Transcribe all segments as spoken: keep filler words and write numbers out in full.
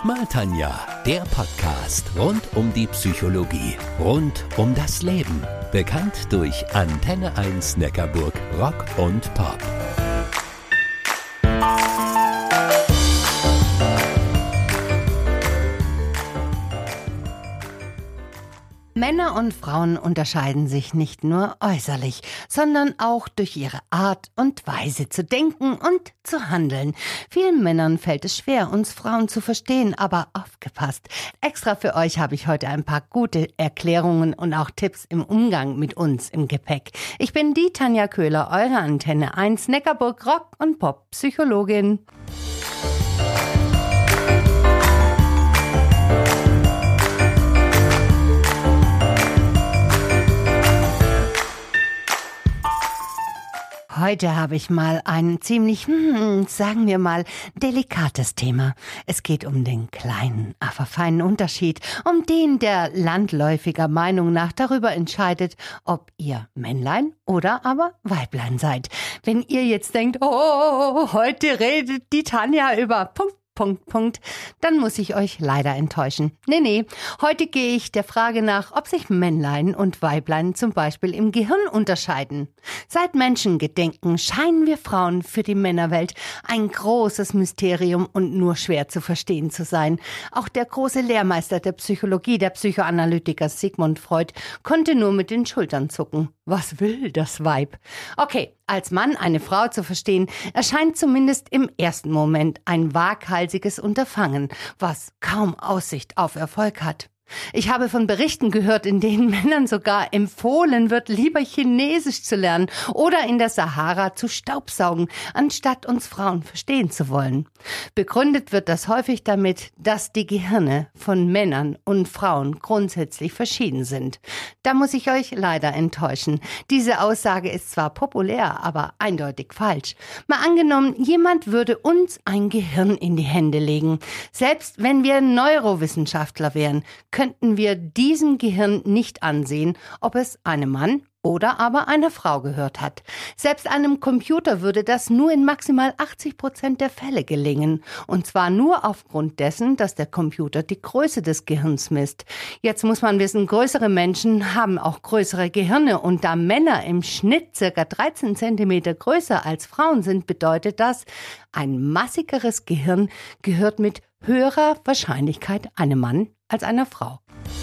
Frag mal Tanja, der Podcast rund um die Psychologie, rund um das Leben. Bekannt durch Antenne eins Neckarburg Rock und Pop. Männer und Frauen unterscheiden sich nicht nur äußerlich, sondern auch durch ihre Art und Weise zu denken und zu handeln. Vielen Männern fällt es schwer, uns Frauen zu verstehen, aber aufgepasst. Extra für euch habe ich heute ein paar gute Erklärungen und auch Tipps im Umgang mit uns im Gepäck. Ich bin die Tanja Köhler, eure Antenne eins Neckarburg Rock und Pop Psychologin. Heute habe ich mal ein ziemlich, hm, sagen wir mal, delikates Thema. Es geht um den kleinen, aber feinen Unterschied, um den der landläufiger Meinung nach darüber entscheidet, ob ihr Männlein oder aber Weiblein seid. Wenn ihr jetzt denkt, oh, heute redet die Tanja über Punkt, Punkt, Punkt, dann muss ich euch leider enttäuschen. Nee, nee, heute gehe ich der Frage nach, ob sich Männlein und Weiblein zum Beispiel im Gehirn unterscheiden. Seit Menschengedenken scheinen wir Frauen für die Männerwelt ein großes Mysterium und nur schwer zu verstehen zu sein. Auch der große Lehrmeister der Psychologie, der Psychoanalytiker Sigmund Freud, konnte nur mit den Schultern zucken. Was will das Weib? Okay, als Mann eine Frau zu verstehen, erscheint zumindest im ersten Moment ein waghalsiges Unterfangen, was kaum Aussicht auf Erfolg hat. Ich habe von Berichten gehört, in denen Männern sogar empfohlen wird, lieber Chinesisch zu lernen oder in der Sahara zu staubsaugen, anstatt uns Frauen verstehen zu wollen. Begründet wird das häufig damit, dass die Gehirne von Männern und Frauen grundsätzlich verschieden sind. Da muss ich euch leider enttäuschen. Diese Aussage ist zwar populär, aber eindeutig falsch. Mal angenommen, jemand würde uns ein Gehirn in die Hände legen. Selbst wenn wir Neurowissenschaftler wären, könnten wir diesem Gehirn nicht ansehen, ob es einem Mann oder aber einer Frau gehört hat. Selbst einem Computer würde das nur in maximal achtzig Prozent der Fälle gelingen. Und zwar nur aufgrund dessen, dass der Computer die Größe des Gehirns misst. Jetzt muss man wissen, größere Menschen haben auch größere Gehirne. Und da Männer im Schnitt circa dreizehn Zentimeter größer als Frauen sind, bedeutet das, ein massigeres Gehirn gehört mit höherer Wahrscheinlichkeit einem Mann als einer Frau.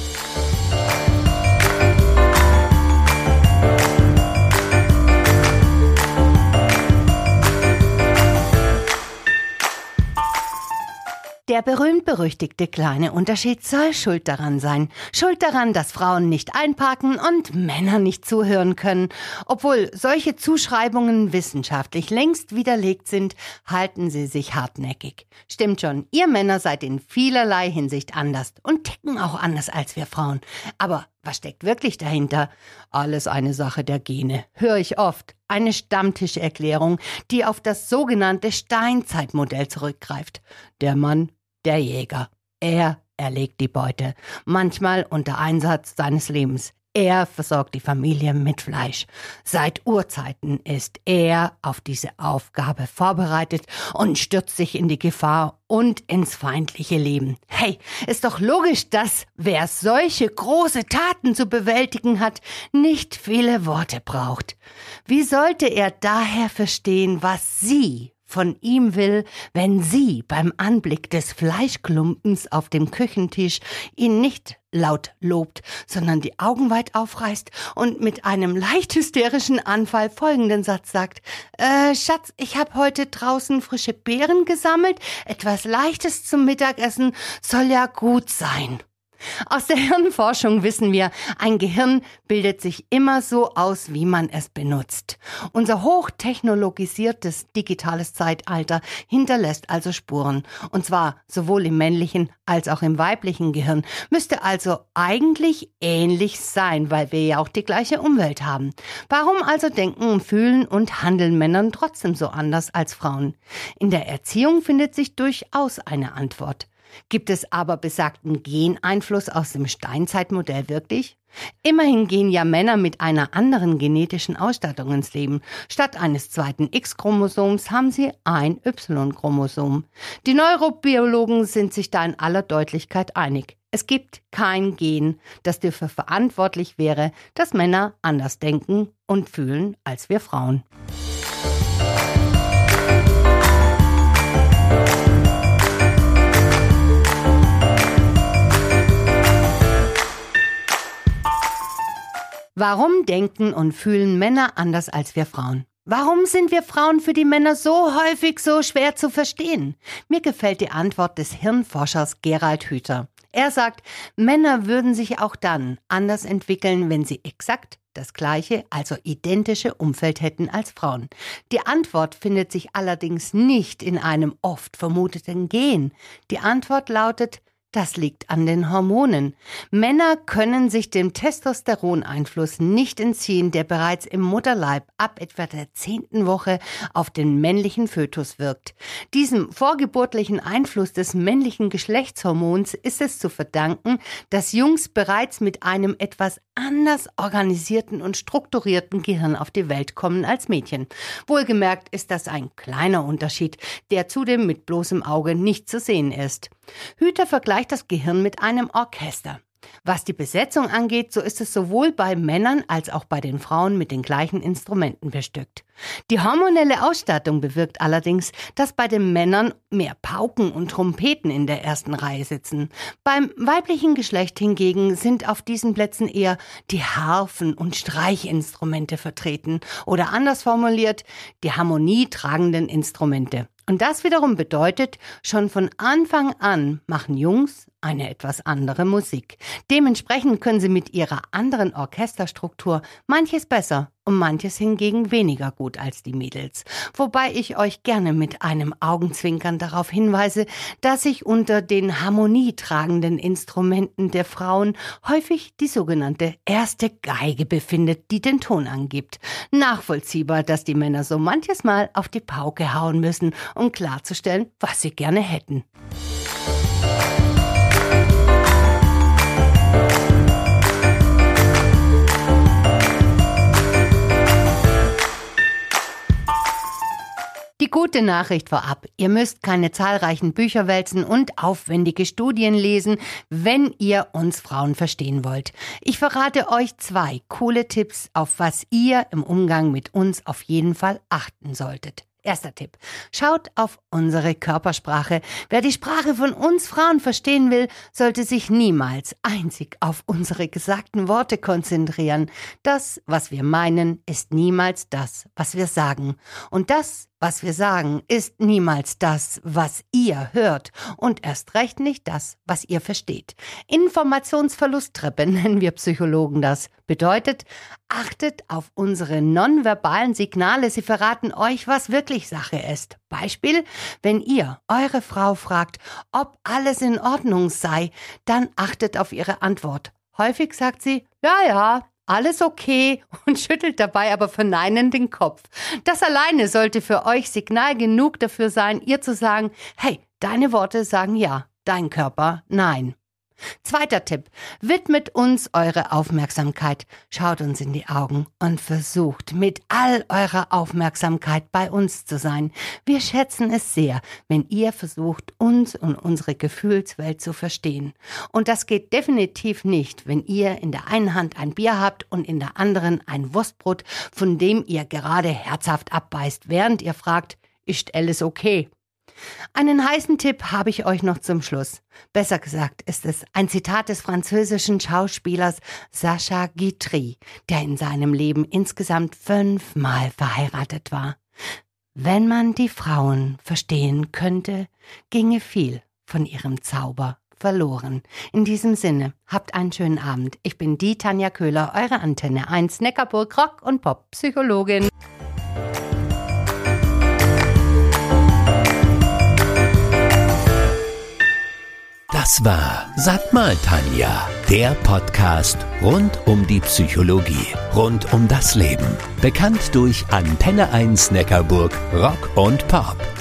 Der berühmt-berüchtigte kleine Unterschied soll schuld daran sein. Schuld daran, dass Frauen nicht einparken und Männer nicht zuhören können. Obwohl solche Zuschreibungen wissenschaftlich längst widerlegt sind, halten sie sich hartnäckig. Stimmt schon, ihr Männer seid in vielerlei Hinsicht anders und ticken auch anders als wir Frauen. Aber was steckt wirklich dahinter? Alles eine Sache der Gene, höre ich oft. Eine Stammtischerklärung, die auf das sogenannte Steinzeitmodell zurückgreift. Der Mann, der Jäger. Er erlegt die Beute, manchmal unter Einsatz seines Lebens. Er versorgt die Familie mit Fleisch. Seit Urzeiten ist er auf diese Aufgabe vorbereitet und stürzt sich in die Gefahr und ins feindliche Leben. Hey, ist doch logisch, dass wer solche große Taten zu bewältigen hat, nicht viele Worte braucht. Wie sollte er daher verstehen, was sie von ihm will, wenn sie beim Anblick des Fleischklumpens auf dem Küchentisch ihn nicht laut lobt, sondern die Augen weit aufreißt und mit einem leicht hysterischen Anfall folgenden Satz sagt: äh, Schatz, ich habe heute draußen frische Beeren gesammelt, etwas Leichtes zum Mittagessen soll ja gut sein. Aus der Hirnforschung wissen wir, ein Gehirn bildet sich immer so aus, wie man es benutzt. Unser hochtechnologisiertes digitales Zeitalter hinterlässt also Spuren. Und zwar sowohl im männlichen als auch im weiblichen Gehirn. Müsste also eigentlich ähnlich sein, weil wir ja auch die gleiche Umwelt haben. Warum also denken, fühlen und handeln Männern trotzdem so anders als Frauen? In der Erziehung findet sich durchaus eine Antwort. Gibt es aber besagten Geneinfluss aus dem Steinzeitmodell wirklich? Immerhin gehen ja Männer mit einer anderen genetischen Ausstattung ins Leben. Statt eines zweiten X-Chromosoms haben sie ein Y-Chromosom. Die Neurobiologen sind sich da in aller Deutlichkeit einig. Es gibt kein Gen, das dafür verantwortlich wäre, dass Männer anders denken und fühlen als wir Frauen. Warum denken und fühlen Männer anders als wir Frauen? Warum sind wir Frauen für die Männer so häufig so schwer zu verstehen? Mir gefällt die Antwort des Hirnforschers Gerald Hüther. Er sagt, Männer würden sich auch dann anders entwickeln, wenn sie exakt das gleiche, also identische Umfeld hätten als Frauen. Die Antwort findet sich allerdings nicht in einem oft vermuteten Gen. Die Antwort lautet, das liegt an den Hormonen. Männer können sich dem Testosteroneinfluss nicht entziehen, der bereits im Mutterleib ab etwa der zehnten Woche auf den männlichen Fötus wirkt. Diesem vorgeburtlichen Einfluss des männlichen Geschlechtshormons ist es zu verdanken, dass Jungs bereits mit einem etwas anders organisierten und strukturierten Gehirn auf die Welt kommen als Mädchen. Wohlgemerkt ist das ein kleiner Unterschied, der zudem mit bloßem Auge nicht zu sehen ist. Hüther vergleicht das Gehirn mit einem Orchester. Was die Besetzung angeht, so ist es sowohl bei Männern als auch bei den Frauen mit den gleichen Instrumenten bestückt. Die hormonelle Ausstattung bewirkt allerdings, dass bei den Männern mehr Pauken und Trompeten in der ersten Reihe sitzen. Beim weiblichen Geschlecht hingegen sind auf diesen Plätzen eher die Harfen und Streichinstrumente vertreten oder anders formuliert, die harmonietragenden Instrumente. Und das wiederum bedeutet, schon von Anfang an machen Jungs eine etwas andere Musik. Dementsprechend können sie mit ihrer anderen Orchesterstruktur manches besser und manches hingegen weniger gut als die Mädels. Wobei ich euch gerne mit einem Augenzwinkern darauf hinweise, dass sich unter den harmonietragenden Instrumenten der Frauen häufig die sogenannte erste Geige befindet, die den Ton angibt. Nachvollziehbar, dass die Männer so manches Mal auf die Pauke hauen müssen, um klarzustellen, was sie gerne hätten. Die gute Nachricht vorab, ihr müsst keine zahlreichen Bücher wälzen und aufwendige Studien lesen, wenn ihr uns Frauen verstehen wollt. Ich verrate euch zwei coole Tipps, auf was ihr im Umgang mit uns auf jeden Fall achten solltet. Erster Tipp. Schaut auf unsere Körpersprache. Wer die Sprache von uns Frauen verstehen will, sollte sich niemals einzig auf unsere gesagten Worte konzentrieren. Das, was wir meinen, ist niemals das, was wir sagen. Und das, was wir sagen, ist niemals das, was ihr hört und erst recht nicht das, was ihr versteht. Informationsverlusttreppe nennen wir Psychologen das. Bedeutet, achtet auf unsere nonverbalen Signale, sie verraten euch, was wirklich Sache ist. Beispiel, wenn ihr eure Frau fragt, ob alles in Ordnung sei, dann achtet auf ihre Antwort. Häufig sagt sie, ja, ja, alles okay und schüttelt dabei aber verneinend den Kopf. Das alleine sollte für euch Signal genug dafür sein, ihr zu sagen, hey, deine Worte sagen ja, dein Körper nein. Zweiter Tipp, widmet uns eure Aufmerksamkeit, schaut uns in die Augen und versucht mit all eurer Aufmerksamkeit bei uns zu sein. Wir schätzen es sehr, wenn ihr versucht, uns und unsere Gefühlswelt zu verstehen. Und das geht definitiv nicht, wenn ihr in der einen Hand ein Bier habt und in der anderen ein Wurstbrot, von dem ihr gerade herzhaft abbeißt, während ihr fragt, ist alles okay? Einen heißen Tipp habe ich euch noch zum Schluss. Besser gesagt ist es ein Zitat des französischen Schauspielers Sacha Guitry, der in seinem Leben insgesamt fünfmal verheiratet war. Wenn man die Frauen verstehen könnte, ginge viel von ihrem Zauber verloren. In diesem Sinne, habt einen schönen Abend. Ich bin die Tanja Köhler, eure Antenne eins Neckarburg Rock- und Pop-Psychologin. Das war Sag mal, Tanja, der Podcast rund um die Psychologie, rund um das Leben. Bekannt durch Antenne eins Neckarburg Rock und Pop.